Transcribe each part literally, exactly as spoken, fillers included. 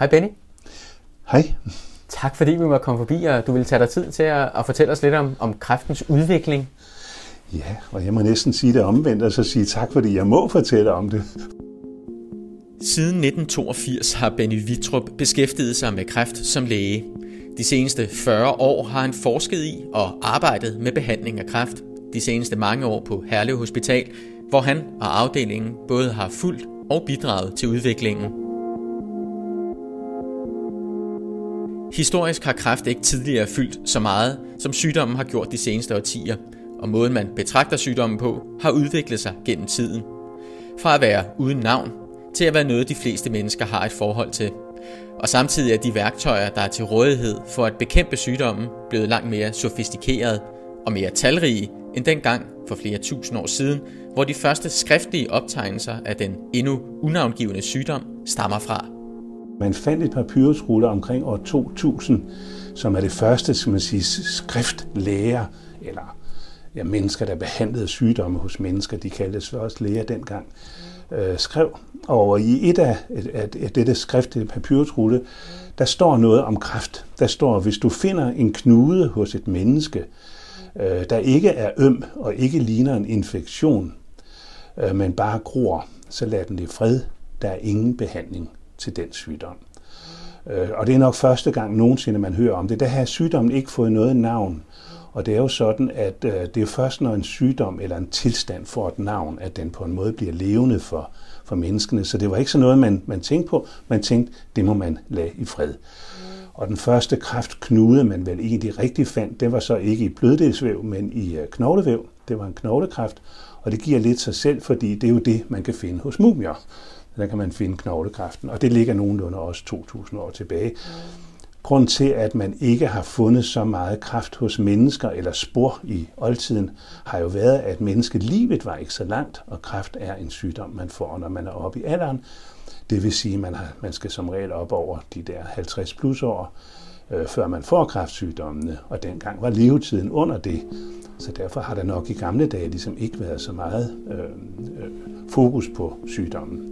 Hej Benny. Hej. Tak fordi vi må komme forbi, og du vil tage dig tid til at, at fortælle os lidt om, om kræftens udvikling. Ja, og jeg må næsten sige det omvendt, og så sige tak, fordi jeg må fortælle om det. Siden nitten toogfirs har Benny Vittrup beskæftiget sig med kræft som læge. De seneste fyrre år har han forsket i og arbejdet med behandling af kræft. De seneste mange år på Herlev Hospital, hvor han og afdelingen både har fulgt og bidraget til udviklingen. Historisk har kræft ikke tidligere fyldt så meget, som sygdommen har gjort de seneste årtier, og måden man betragter sygdommen på har udviklet sig gennem tiden. Fra at være uden navn til at være noget, de fleste mennesker har et forhold til. Og samtidig er de værktøjer, der er til rådighed for at bekæmpe sygdommen, blevet langt mere sofistikerede og mere talrige end dengang for flere tusind år siden, hvor de første skriftlige optegnelser af den endnu unavngivne sygdom stammer fra. Man fandt et papyrusruller omkring år to tusind, som er det første, skal man sige, skriftlæger, eller ja, mennesker, der behandlede sygdomme hos mennesker, de kaldtes også læger dengang, øh, skrev. Og i et af, af, af dette skrift, det papyrusrulle, der står noget om kræft. Der står, hvis du finder en knude hos et menneske, øh, der ikke er øm og ikke ligner en infektion, øh, men bare gror, så lad den i fred. Der er ingen behandling til den sygdom. Øh, og det er nok første gang nogensinde, man hører om det. Der har sygdommen ikke fået noget navn. Og det er jo sådan, at øh, det er først, når en sygdom eller en tilstand får et navn, at den på en måde bliver levende for, for menneskene. Så det var ikke sådan noget, man, man tænkte på. Man tænkte, det må man lade i fred. Og den første kræftknude, man vel egentlig rigtig fandt, det var så ikke i bløddelsvæv, men i øh, knoglevæv. Det var en knoglekræft, og det giver lidt sig selv, fordi det er jo det, man kan finde hos mumier. Der kan man finde knoglekræften, og det ligger nogenlunde også to tusind år tilbage. Grunden til, at man ikke har fundet så meget kræft hos mennesker eller spor i oldtiden, har jo været, at menneskelivet var ikke så langt, og kræft er en sygdom, man får, når man er oppe i alderen. Det vil sige, at man, har, man skal som regel op over de der halvtreds plus år, øh, før man får kræftsygdommene, og dengang var levetiden under det. Så derfor har der nok i gamle dage ligesom ikke været så meget øh, øh, fokus på sygdommen.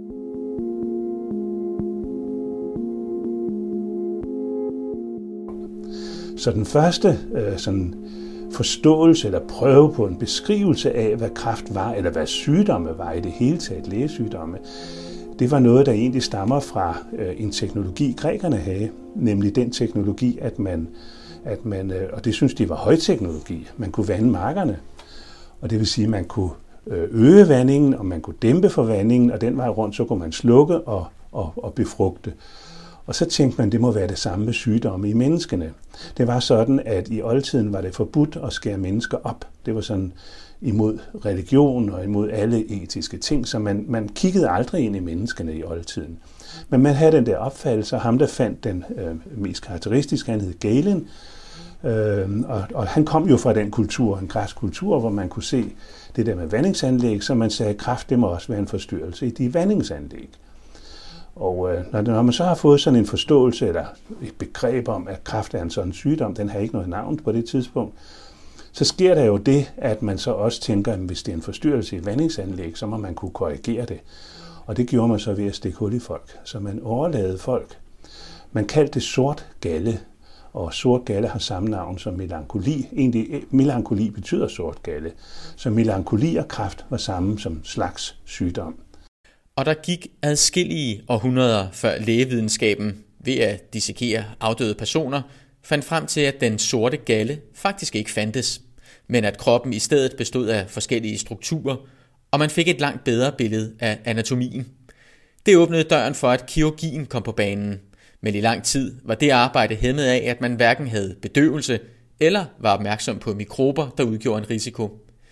Så den første øh, sådan forståelse eller prøve på en beskrivelse af, hvad kræft var, eller hvad sygdomme var i det hele taget, lægesygdomme, det var noget, der egentlig stammer fra øh, en teknologi, grækerne havde, nemlig den teknologi, at man, at man øh, og det synes de var højteknologi, man kunne vande markerne. Og det vil sige, at man kunne øge vandingen, og man kunne dæmpe for vandingen, og den vej rundt, så kunne man slukke og, og, og befrugte. Og så tænkte man, at det må være det samme med sygdomme i menneskene. Det var sådan, at i oldtiden var det forbudt at skære mennesker op. Det var sådan imod religion og imod alle etiske ting, så man, man kiggede aldrig ind i menneskene i oldtiden. Men man havde den der opfattelse, og ham der fandt den øh, mest karakteristiske, han hed Galen, øh, og, og han kom jo fra den kultur, en græsk kultur, hvor man kunne se det der med vandingsanlæg, så man sagde, at kræft det må også være en forstyrrelse i de vandingsanlæg. Og øh, når man så har fået sådan en forståelse eller et begreb om, at kræft er en sådan sygdom, den har ikke noget navn på det tidspunkt, så sker der jo det, at man så også tænker, at hvis det er en forstyrrelse i et vandingsanlæg, så må man kunne korrigere det. Og det gjorde man så ved at stikke hul i folk. Så man overladede folk. Man kaldte det sort galle, og sort galle har samme navn som melankoli. Egentlig, melankoli betyder sort galle. Så melankoli og kræft var samme som slags sygdom. Og der gik adskillige århundreder før lægevidenskaben ved at dissekere afdøde personer fandt frem til, at den sorte galle faktisk ikke fandtes, men at kroppen i stedet bestod af forskellige strukturer, og man fik et langt bedre billede af anatomien. Det åbnede døren for, at kirurgien kom på banen, men i lang tid var det arbejde hæmmet af, at man hverken havde bedøvelse eller var opmærksom på mikrober, der udgjorde en risiko.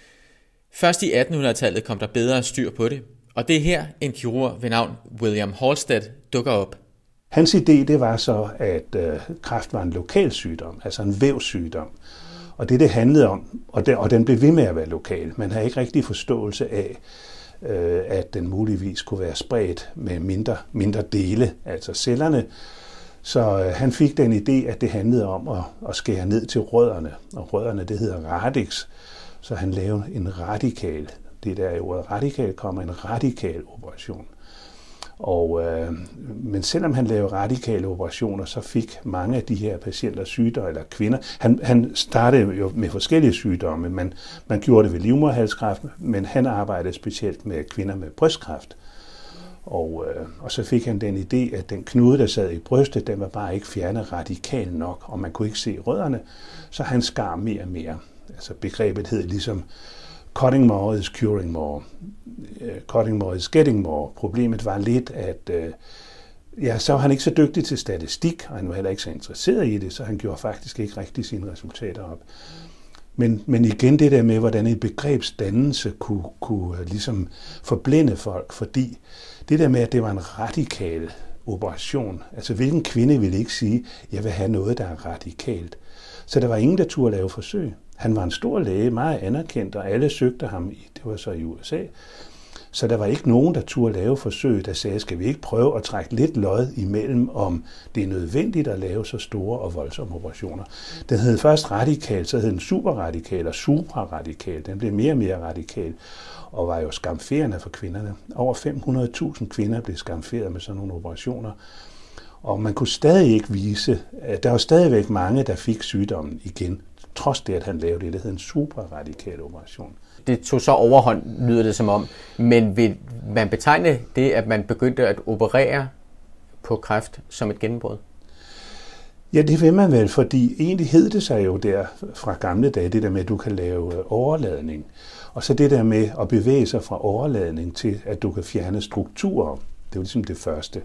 Først i attenhundredetallet kom der bedre styr på det, og det er her en kirurg ved navn William Halsted dukker op. Hans idé det var så, at øh, kræft var en lokal sygdom, altså en vævssygdom. Og det det handlede om, og, det, og den blev ved med at være lokal. Man havde ikke rigtig forståelse af, øh, at den muligvis kunne være spredt med mindre, mindre dele, altså cellerne. Så øh, han fik den idé, at det handlede om at, at skære ned til rødderne. Og rødderne, det hedder radix. Så han lavede en radikal, det der i ordet radikal kommer, en radikal operation. Og, øh, men selvom han lavede radikale operationer, så fik mange af de her patienter sygdomme, eller kvinder. Han, han startede jo med forskellige sygdomme. Man, man gjorde det ved livmoderhalskræft, men han arbejdede specielt med kvinder med brystkræft. Og, øh, og så fik han den idé, at den knude, der sad i brystet, den var bare ikke fjernet radikalt nok, og man kunne ikke se rødderne, så han skar mere og mere. Altså begrebet hed ligesom cutting more is curing more. Uh, cutting more is getting more. Problemet var lidt, at uh, ja, så var han ikke så dygtig til statistik, og han var heller ikke så interesseret i det, så han gjorde faktisk ikke rigtig sine resultater op. Men, men igen det der med, hvordan en begrebsdannelse kunne, kunne uh, ligesom forblinde folk, fordi det der med, at det var en radikal operation, altså hvilken kvinde ville ikke sige, jeg vil have noget, der er radikalt. Så der var ingen, der turde lave forsøg. Han var en stor læge, meget anerkendt, og alle søgte ham, i, det var så i U S A. Så der var ikke nogen, der turde lave forsøg, der sagde, skal vi ikke prøve at trække lidt lod imellem, om det er nødvendigt at lave så store og voldsomme operationer. Den hed først radikal, så hed den superradikal og supraradikal. Den blev mere og mere radikal og var jo skamferende for kvinderne. Over fem hundrede tusind kvinder blev skamferet med sådan nogle operationer. Og man kunne stadig ikke vise, at der var stadigvæk mange, der fik sygdommen igen, trods det, at han lavede det, der hed en supraradikal operation. Det tog så overhånd, lyder det som om. Men vil man betegne det, at man begyndte at operere på kræft som et gennembrud? Ja, det vil man vel, fordi egentlig hed det sig jo der fra gamle dage, det der med, at du kan lave overladning. Og så det der med at bevæge sig fra overladning til, at du kan fjerne strukturer. Det var ligesom det første.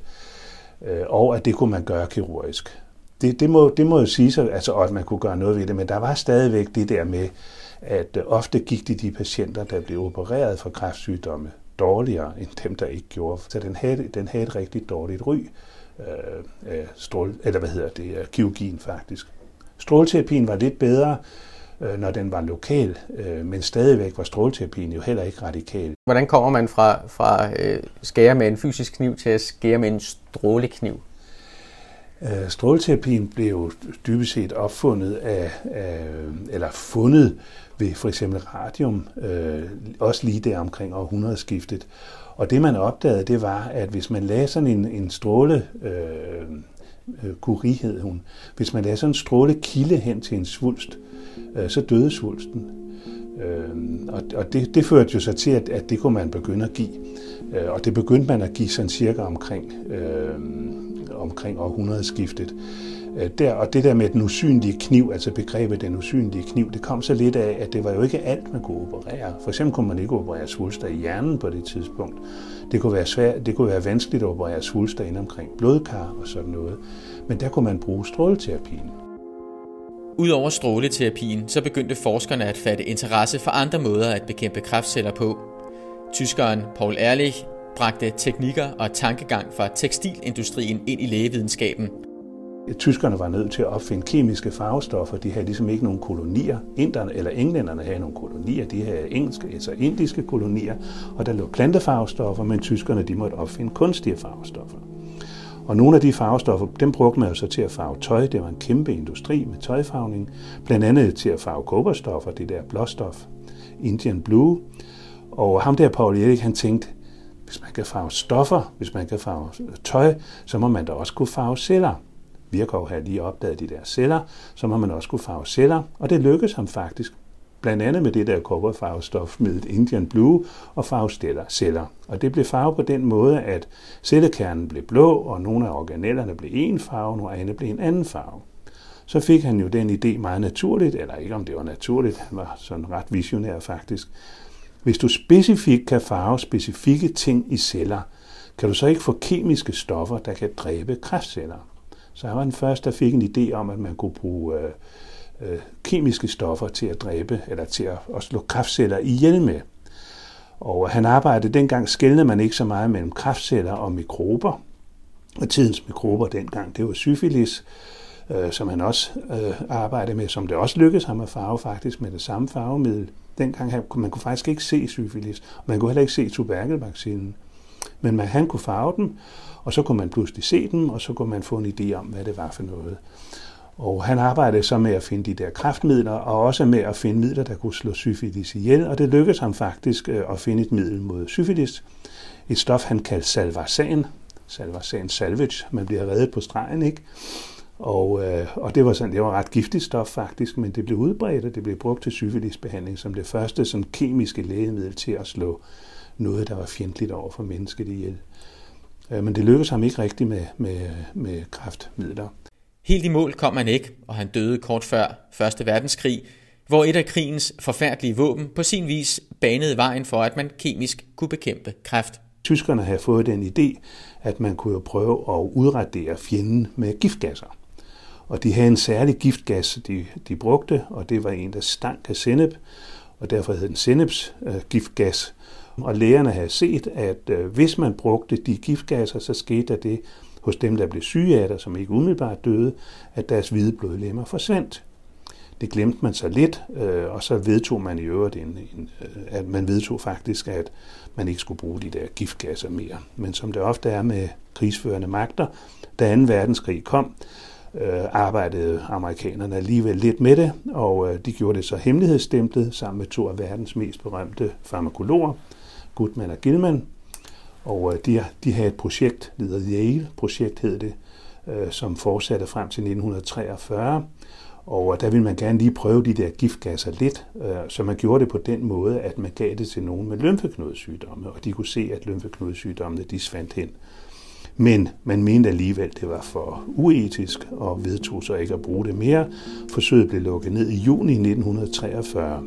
Og at det kunne man gøre kirurgisk. Det, det, må, det må jo sige sig, altså, at man kunne gøre noget ved det, men der var stadigvæk det der med, at ofte gik de de patienter, der blev opereret for kræftsygdomme, dårligere end dem, der ikke gjorde. Så den havde, den havde et rigtig dårligt ry, øh, strål, eller hvad hedder det, kirurgien faktisk. Stråleterapien var lidt bedre, øh, når den var lokal, øh, men stadigvæk var stråleterapien jo heller ikke radikal. Hvordan kommer man fra, fra øh, skære med en fysisk kniv til at skære med en strålekniv? Øh, stråleterapien blev jo dybest set opfundet af, af eller fundet ved for eksempel radium, øh, også lige der omkring århundredeskiftet. Og det man opdagede, det var, at hvis man lagde sådan en, en stråle, øh, kurie hed hun, hvis man lagde sådan en strålekilde hen til en svulst, øh, så døde svulsten. Øh, og og det, det førte jo så til, at, at det kunne man begynde at give. Øh, og det begyndte man at give sådan cirka omkring, øh, omkring århundredeskiftet. Der, og det der med den usynlige kniv, altså begrebet den usynlige kniv, det kom så lidt af, at det var jo ikke alt, man kunne operere. For eksempel kunne man ikke operere svulster i hjernen på det tidspunkt. Det kunne være svært, det kunne være vanskeligt at operere svulster ind omkring blodkar og sådan noget. Men der kunne man bruge stråleterapien. Udover stråleterapien, så begyndte forskerne at fatte interesse for andre måder at bekæmpe kræftceller på. Tyskeren Paul Ehrlich bragte teknikker og tankegang fra tekstilindustrien ind i lægevidenskaben. Tyskerne var nødt til at opfinde kemiske farvestoffer. De havde ligesom ikke nogen kolonier. Inderne eller englænderne havde nogle kolonier. De havde engelske, altså indiske kolonier. Og der lå plantefarvestoffer, men tyskerne de måtte opfinde kunstige farvestoffer. Og nogle af de farvestoffer, dem brugte man jo så til at farve tøj. Det var en kæmpe industri med tøjfarvning. Blandt andet til at farve kobberstoffer, det der blåstof, Indian Blue. Og ham der, Paul Ehrlich, han tænkte, hvis man kan farve stoffer, hvis man kan farve tøj, så må man da også kunne farve celler. Virchow havde lige opdaget de der celler, så må man også kunne farve celler, og det lykkedes ham faktisk. Blandt andet med det der kobberfarvestof med Indian Blue og farve celler. Og det blev farvet på den måde, at cellekernen blev blå, og nogle af organellerne blev en farve, nogle andre blev en anden farve. Så fik han jo den idé meget naturligt, eller ikke om det var naturligt, han var sådan ret visionær faktisk. Hvis du specifikt kan farve specifikke ting i celler, kan du så ikke få kemiske stoffer, der kan dræbe kræftceller. Så han var den første, der fik en idé om, at man kunne bruge øh, øh, kemiske stoffer til at dræbe, eller til at, at slå kræftceller ihjel med. Og han arbejdede, dengang skelnede man ikke så meget mellem kræftceller og mikrober. Og tidens mikrober dengang, det var syfilis, øh, som han også øh, arbejdede med, som det også lykkedes ham at farve faktisk med det samme farvemiddel. Dengang han, man kunne faktisk ikke se syfilis, og man kunne heller ikke se tuberkelvaccinen. Men man, han kunne farve den, og så kunne man pludselig se dem, og så kunne man få en idé om, hvad det var for noget. Og han arbejdede så med at finde de der kræftmidler, og også med at finde midler, der kunne slå syfilis ihjel, og det lykkedes ham faktisk at finde et middel mod syfilis. Et stof, han kaldte salvarsan, salvarsan salvage, man bliver reddet på stregen, ikke? Og, øh, og det var sådan, det var ret giftigt stof faktisk, men det blev udbredt, og det blev brugt til syfilisbehandling som det første sådan kemiske lægemiddel til at slå noget, der var fjendtligt over for mennesket ihjel. Øh, men det lykkedes ham ikke rigtigt med, med, med kræftmidler. Helt i mål kom han ikke, og han døde kort før første verdenskrig, hvor et af krigens forfærdelige våben på sin vis banede vejen for, at man kemisk kunne bekæmpe kræft. Tyskerne havde fået den idé, at man kunne jo prøve at udradere fjenden med giftgasser. Og de havde en særlig giftgas, de, de brugte, og det var en, der stank af sennep, og derfor hed den sennepsgiftgas. Øh, og lægerne havde set, at øh, hvis man brugte de giftgasser, så skete der det hos dem, der blev syge af det, som ikke umiddelbart døde, at deres hvide blodlemmer forsvandt. Det glemte man så lidt, øh, og så vedtog man i øvrigt, en, en, at man vedtog faktisk, at man ikke skulle bruge de der giftgasser mere. Men som det ofte er med krigsførende magter, da anden verdenskrig kom, øh, arbejdede amerikanerne alligevel lidt med det, og øh, de gjorde det så hemmelighedsstemplet sammen med to af verdens mest berømte farmakologer, Goodman og Gilman. Og øh, de, de havde et projekt, det hedder Yale-projekt hed det, øh, som fortsatte frem til nitten treogfyrre. Og der ville man gerne lige prøve de der giftgasser lidt, så man gjorde det på den måde, at man gav det til nogen med lymfeknudesygdomme, og de kunne se, at lymfeknudesygdommene de svandt hen. Men man mente alligevel, det var for uetisk, og vedtog så ikke at bruge det mere. Forsøget blev lukket ned i juni nitten treogfyrre.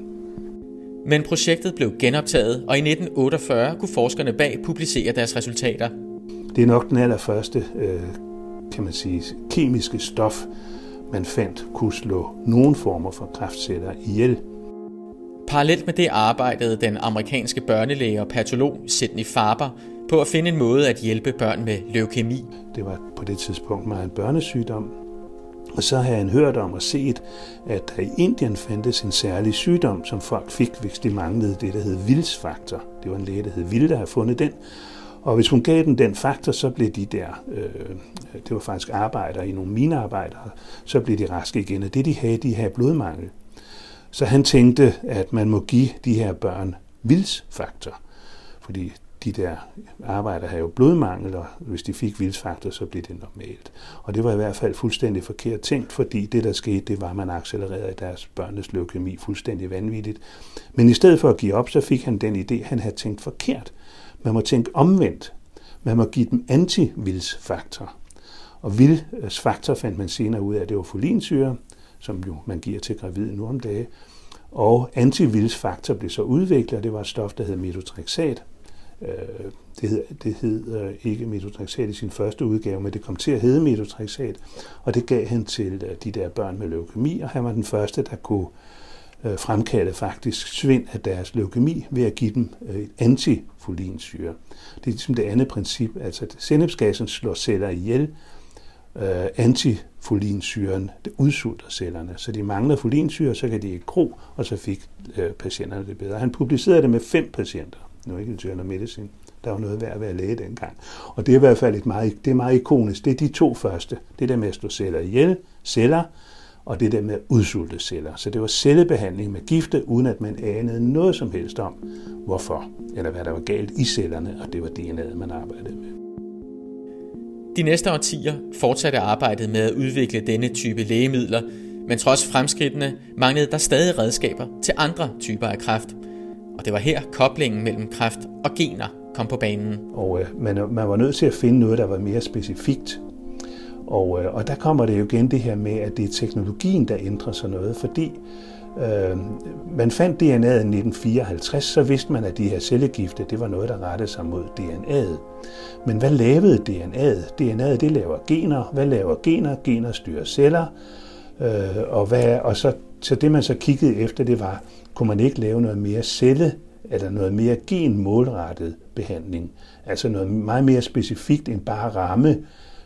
Men projektet blev genoptaget, og i nitten otteogfyrre kunne forskerne bag publicere deres resultater. Det er nok den allerførste, kan man sige, kemiske stof, man fandt kunne slå nogle former for kræftceller ihjel. Parallelt med det arbejdede den amerikanske børnelæge og patolog Sidney Farber på at finde en måde at hjælpe børn med leukemi. Det var på det tidspunkt meget en børnesygdom. Og så havde han hørt om og set, at der i Indien fandtes en særlig sygdom, som folk fik, hvis de manglede det, der hed Wills-faktor. Det var en læge, der hed Will, der havde fundet den. Og hvis hun gav den den faktor, så blev de der, øh, det var faktisk arbejdere i nogle minearbejdere, så blev de raske igen. Og det de havde, de havde blodmangel. Så han tænkte, at man må give de her børn Wills-faktor. Fordi de der arbejdere havde jo blodmangel, og hvis de fik Wills-faktor, så blev det normalt. Og det var i hvert fald fuldstændig forkert tænkt, fordi det der skete, det var, at man accelererede deres børnenes leukemi fuldstændig vanvittigt. Men i stedet for at give op, så fik han den idé, han havde tænkt forkert. Man må tænke omvendt. Man må give dem anti-Wills-faktor. Og Wills-faktor fandt man senere ud af, at det var folinsyre, som jo man giver til gravide nu om dage. Og anti-Wills-faktor blev så udviklet, og det var et stof, der hed methotrexat. Det hed, det hed ikke methotrexat i sin første udgave, men det kom til at hedde methotrexat. Og det gav han til de der børn med leukemi, og han var den første, der kunne fremkalde faktisk svind af deres leukemi ved at give dem et antifolinsyre. Det er ligesom det andet princip, altså at sennepsgassen slår celler ihjel, uh, antifolinsyren det udsulter cellerne, så de mangler folinsyre, så kan de ikke gro, og så fik uh, patienterne det bedre. Han publicerede det med fem patienter, nu ikke en Journal of Medicine, der var noget værd at være læge dengang. Og det er i hvert fald et meget, det er meget ikonisk. Det er de to første, det der med at slå celler ihjel, celler, og det der med at udsulte celler. Så det var cellebehandling med gifte, uden at man anede noget som helst om, hvorfor, eller hvad der var galt i cellerne, og det var D N A'et, man arbejdede med. De næste årtier fortsatte arbejdet med at udvikle denne type lægemidler, men trods fremskridtene manglede der stadig redskaber til andre typer af kræft. Og det var her koblingen mellem kræft og gener kom på banen. Og øh, man, man var nødt til at finde noget, der var mere specifikt. Og, og der kommer det jo igen det her med, at det er teknologien, der ændrer sig noget, fordi øh, man fandt D N A'et i nitten fireoghalvtreds, så vidste man, at de her cellegifte, det var noget, der rettede sig mod D N A'et. Men hvad lavede D N A'et? D N A'et, det laver gener. Hvad laver gener? Gener styrer celler. Øh, og hvad, og så, så det, man så kiggede efter, det var, kunne man ikke lave noget mere celle, eller noget mere genmålrettet behandling? Altså noget meget mere specifikt end bare ramme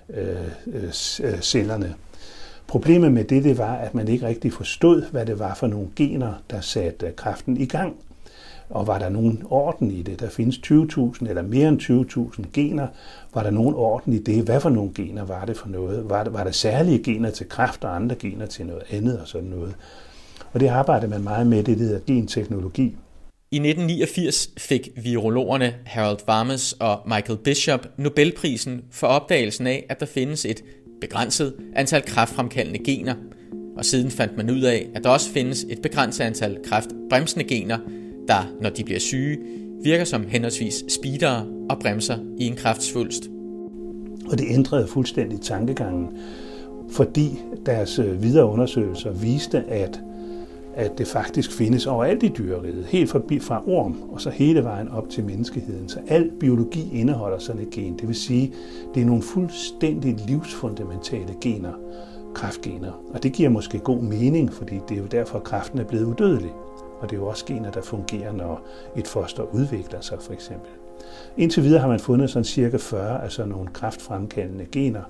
cellerne. Problemet med det, det var, at man ikke rigtig forstod, hvad det var for nogle gener, der satte kræften i gang. Og var der nogen orden i det? Der findes tyve tusind eller mere end tyve tusind gener. Var der nogen orden i det? Hvad for nogle gener var det for noget? Var der, var der særlige gener til kræft og andre gener til noget andet og sådan noget? Og det arbejdede man meget med, det der genteknologi. I nitten niogfirs fik virologerne Harold Varmus og Michael Bishop Nobelprisen for opdagelsen af, at der findes et begrænset antal kræftfremkaldende gener, og siden fandt man ud af, at der også findes et begrænset antal kræftbremsende gener, der, når de bliver syge, virker som henholdsvis speedere og bremser i en kræftsvulst. Og det ændrede fuldstændig tankegangen, fordi deres videre undersøgelser viste, at, at det faktisk findes overalt i dyreriget, helt forbi fra orm og så hele vejen op til menneskeheden. Så al biologi indeholder sådan et gen. Det vil sige, det er nogle fuldstændig livsfundamentale gener, kræftgener. Og det giver måske god mening, fordi det er jo derfor, at kræften er blevet udødelig. Og det er jo også gener, der fungerer, når et foster udvikler sig, for eksempel. Indtil videre har man fundet sådan cirka fyrre af sådan nogle kræftfremkaldende gener.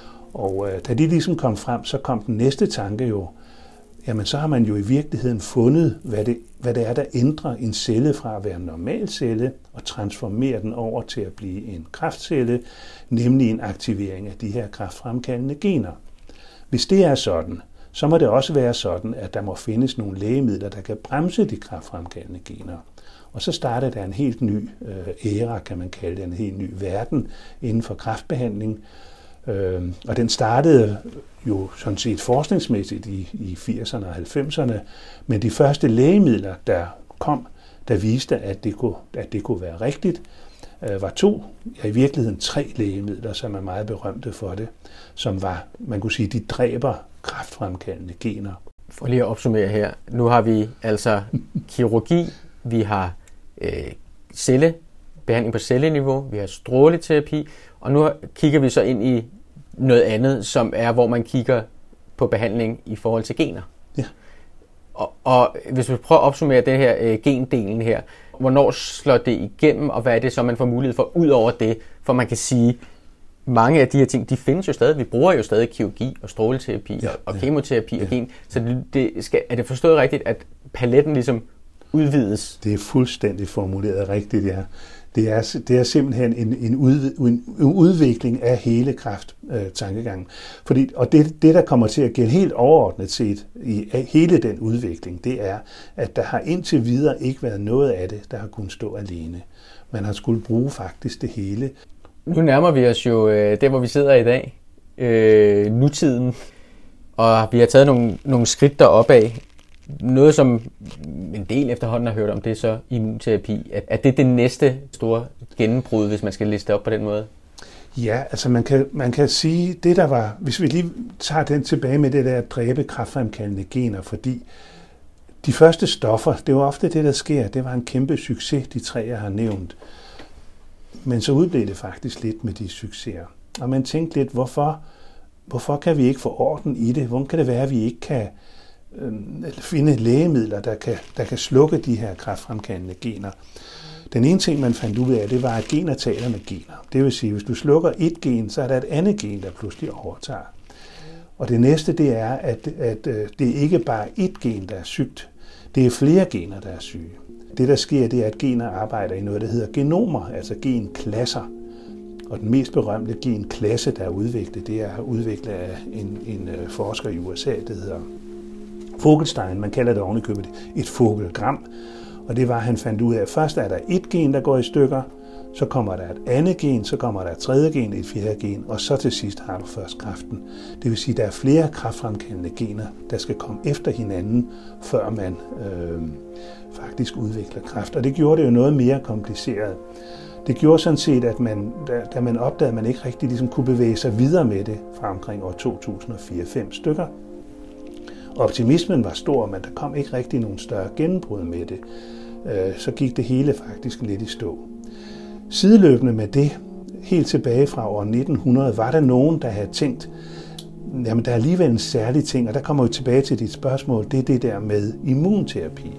Og øh, da de ligesom kom frem, så kom den næste tanke jo, jamen så har man jo i virkeligheden fundet, hvad det, hvad det er, der ændrer en celle fra at være en normal celle og transformerer den over til at blive en kræftcelle, nemlig en aktivering af de her kræftfremkaldende gener. Hvis det er sådan, så må det også være sådan, at der må findes nogle lægemidler, der kan bremse de kræftfremkaldende gener. Og så startede der en helt ny øh, æra, kan man kalde det, en helt ny verden inden for kræftbehandling. Øh, og den startede jo sådan set forskningsmæssigt i, i firserne og halvfemserne, men de første lægemidler, der kom, der viste, at det kunne, at det kunne være rigtigt, øh, var to, ja i virkeligheden tre lægemidler, som er meget berømte for det, som var, man kunne sige, de dræber kræftfremkaldende gener. For lige at opsummere her, nu har vi altså kirurgi, vi har øh, celle, behandling på celleniveau, vi har stråleterapi, og nu kigger vi så ind i noget andet, som er, hvor man kigger på behandling i forhold til gener. Ja. Og, og hvis vi prøver at opsummere det her øh, gendelen her, hvornår slår det igennem, og hvad er det så, man får mulighed for ud over det? For man kan sige, mange af de her ting, de findes jo stadig. Vi bruger jo stadig kirurgi og stråleterapi ja, og kemoterapi ja. og gen. Så det, det skal, er det forstået rigtigt, at paletten ligesom udvides? Det er fuldstændig formuleret rigtigt, ja. Det er, det er simpelthen en, en, ud, en udvikling af hele kræfttankegangen. Fordi, og det, det, der kommer til at gælde helt overordnet set i hele den udvikling, det er, at der har indtil videre ikke været noget af det, der har kunnet stå alene. Man har skulle bruge faktisk det hele. Nu nærmer vi os jo øh, der, hvor vi sidder i dag, øh, nutiden, og vi har taget nogle, nogle skridt deroppe af. Noget, som en del efterhånden har hørt om, det er så immunterapi. Er det det næste store gennembrud, hvis man skal liste op på den måde? Ja, altså man kan, man kan sige, det der var, hvis vi lige tager den tilbage med det der at dræbe kræftfremkaldende gener, fordi de første stoffer, det var ofte det, der sker, det var en kæmpe succes, de tre, jeg har nævnt. Men så udblev det faktisk lidt med de succeser. Og man tænkte lidt, hvorfor, hvorfor kan vi ikke få orden i det? Hvordan kan det være, at vi ikke kan øh, finde lægemidler, der kan, der kan slukke de her kræftfremkaldende gener? Den ene ting, man fandt ud af, det var, at gener taler med gener. Det vil sige, at hvis du slukker et gen, så er der et andet gen, der pludselig overtager. Og det næste, det er, at, at det ikke bare er ét gen, der er sygt. Det er flere gener, der er syge. Det, der sker, det er, at gener arbejder i noget, der hedder genomer, altså genklasser. Og den mest berømte genklasse, der er udviklet, det er udviklet af en, en forsker i U S A, der hedder Vogelstein. Man kalder det ovenikøbet et fogelgram. Og det var, at han fandt ud af, at først er der et gen, der går i stykker, så kommer der et andet gen, så kommer der et tredje gen, et fjerde gen, og så til sidst har du først kræften. Det vil sige, at der er flere kræftfremkaldende gener, der skal komme efter hinanden, før man øh, faktisk udvikler kræft. Og det gjorde det jo noget mere kompliceret. Det gjorde sådan set, at man, da, da man opdagede, at man ikke rigtig ligesom kunne bevæge sig videre med det fra omkring år to tusind og fire til fem stykker. Optimismen var stor, men der kom ikke rigtig nogen større gennembrud med det. Øh, så gik det hele faktisk lidt i stå. Sideløbende med det, helt tilbage fra år nitten hundrede, var der nogen, der havde tænkt, jamen der er alligevel en særlig ting, og der kommer vi tilbage til dit spørgsmål, det er det der med immunterapi.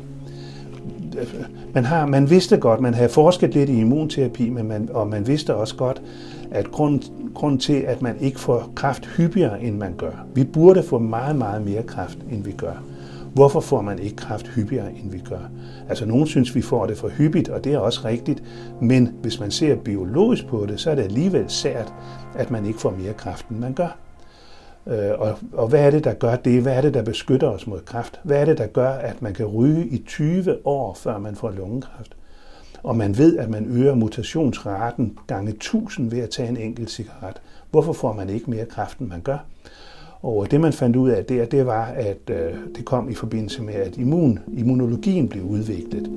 Man, har, man vidste godt, man havde forsket lidt i immunterapi, men man, og man vidste også godt, at grund, grund til, at man ikke får kræft hyppigere, end man gør. Vi burde få meget, meget mere kræft, end vi gør. Hvorfor får man ikke kræft hyppigere, end vi gør? Altså, nogen synes, vi får det for hyppigt, og det er også rigtigt. Men hvis man ser biologisk på det, så er det alligevel sært, at man ikke får mere kræft, end man gør. Og, og hvad er det, der gør det? Hvad er det, der beskytter os mod kræft? Hvad er det, der gør, at man kan ryge i tyve år, før man får lungekræft? Og man ved, at man øger mutationsraten gange tusind ved at tage en enkelt cigaret. Hvorfor får man ikke mere kræft, end man gør? Og det, man fandt ud af der, det var, at øh, det kom i forbindelse med, at immun, immunologien blev udviklet.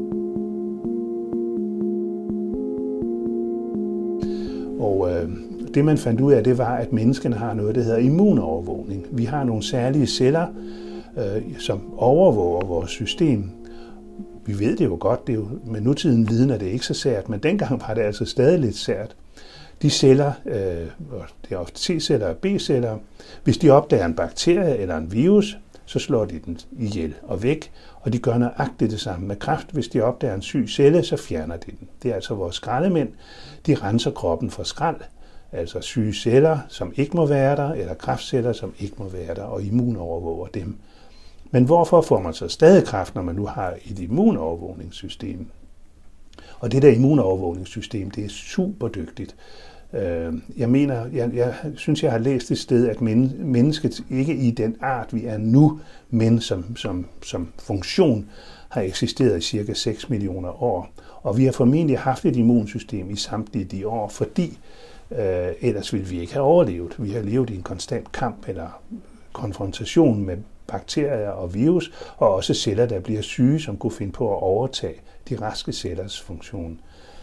Og øh, det, man fandt ud af, det var, at menneskene har noget, der hedder immunovervågning. Vi har nogle særlige celler, øh, som overvåger vores system. Vi ved det jo godt, det er jo, med nutiden viden er det ikke så sært, men dengang var det altså stadig lidt sært. De celler, øh, det er ofte T-celler og B-celler, hvis de opdager en bakterie eller en virus, så slår de den ihjel og væk, og de gør nøjagtigt det samme med kræft. Hvis de opdager en syg celle, så fjerner de den. Det er altså vores skraldemænd. De renser kroppen for skrald, altså syge celler, som ikke må være der, eller kræftceller, som ikke må være der, og immunovervåger dem. Men hvorfor får man så stadig kræft, når man nu har et immunovervågningssystem? Og det der immunovervågningssystem, det er super dygtigt. Jeg mener, jeg, jeg synes, jeg har læst et sted, at mennesket ikke i den art, vi er nu, men som, som, som funktion, har eksisteret i cirka seks millioner år. Og vi har formentlig haft et immunsystem i samtlige de år, fordi øh, ellers ville vi ikke have overlevet. Vi har levet i en konstant kamp eller konfrontation med bakterier og virus, og også celler, der bliver syge, som kunne finde på at overtage de raske cellers funktion.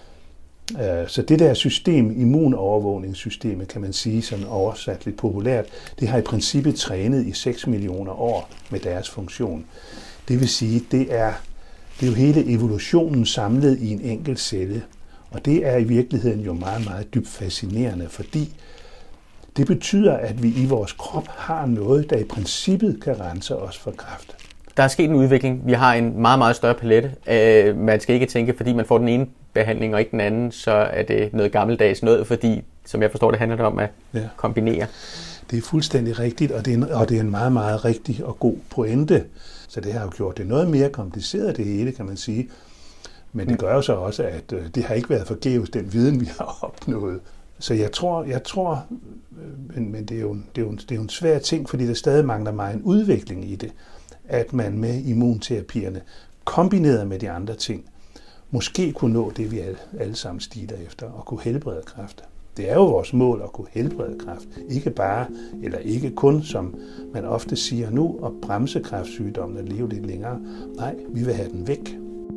Så det der system, immunovervågningssystemet, kan man sige, sådan oversat lidt populært, det har i princippet trænet i seks millioner år med deres funktion. Det vil sige, det er, det er jo hele evolutionen samlet i en enkelt celle. Og det er i virkeligheden jo meget, meget dybt fascinerende, fordi det betyder, at vi i vores krop har noget, der i princippet kan rense os for kræft. Der er sket en udvikling. Vi har en meget, meget større palette. Uh, man skal ikke tænke, fordi man får den ene behandling og ikke den anden, så er det noget gammeldags noget, fordi, som jeg forstår, det handler det om at ja. kombinere. Det er fuldstændig rigtigt, og det er, en, og det er en meget, meget rigtig og god pointe. Så det har jo gjort det noget mere kompliceret, det hele, kan man sige. Men det gør jo så også, at uh, det har ikke været forgæves, den viden, vi har opnået. Så jeg tror, jeg tror men, men det, er jo, det, er jo, det er jo en svær ting, fordi der stadig mangler mig en udvikling i det, at man med immunterapierne, kombineret med de andre ting, måske kunne nå det, vi alle, alle sammen stiler efter, og kunne helbrede kræft. Det er jo vores mål at kunne helbrede kræft. Ikke bare, eller ikke kun, som man ofte siger nu, at bremse kræftsygdommen og leve lidt længere. Nej, vi vil have den væk.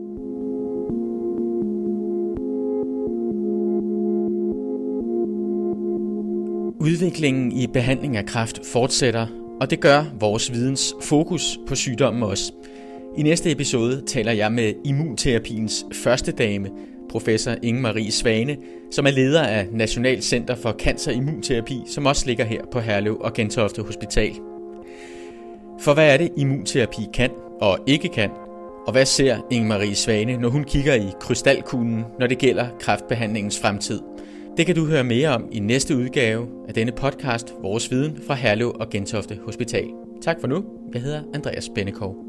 Udviklingen i behandling af kræft fortsætter, og det gør vores videns fokus på sygdommen også. I næste episode taler jeg med immunterapiens første dame, professor Inge Marie Svane, som er leder af National Center for Cancer Immunterapi, som også ligger her på Herlev og Gentofte Hospital. For hvad er det, immunterapi kan og ikke kan? Og hvad ser Inge Marie Svane, når hun kigger i krystalkuglen, når det gælder kræftbehandlingens fremtid? Det kan du høre mere om i næste udgave af denne podcast, Vores Viden fra Herlev og Gentofte Hospital. Tak for nu. Jeg hedder Andreas Bennekov.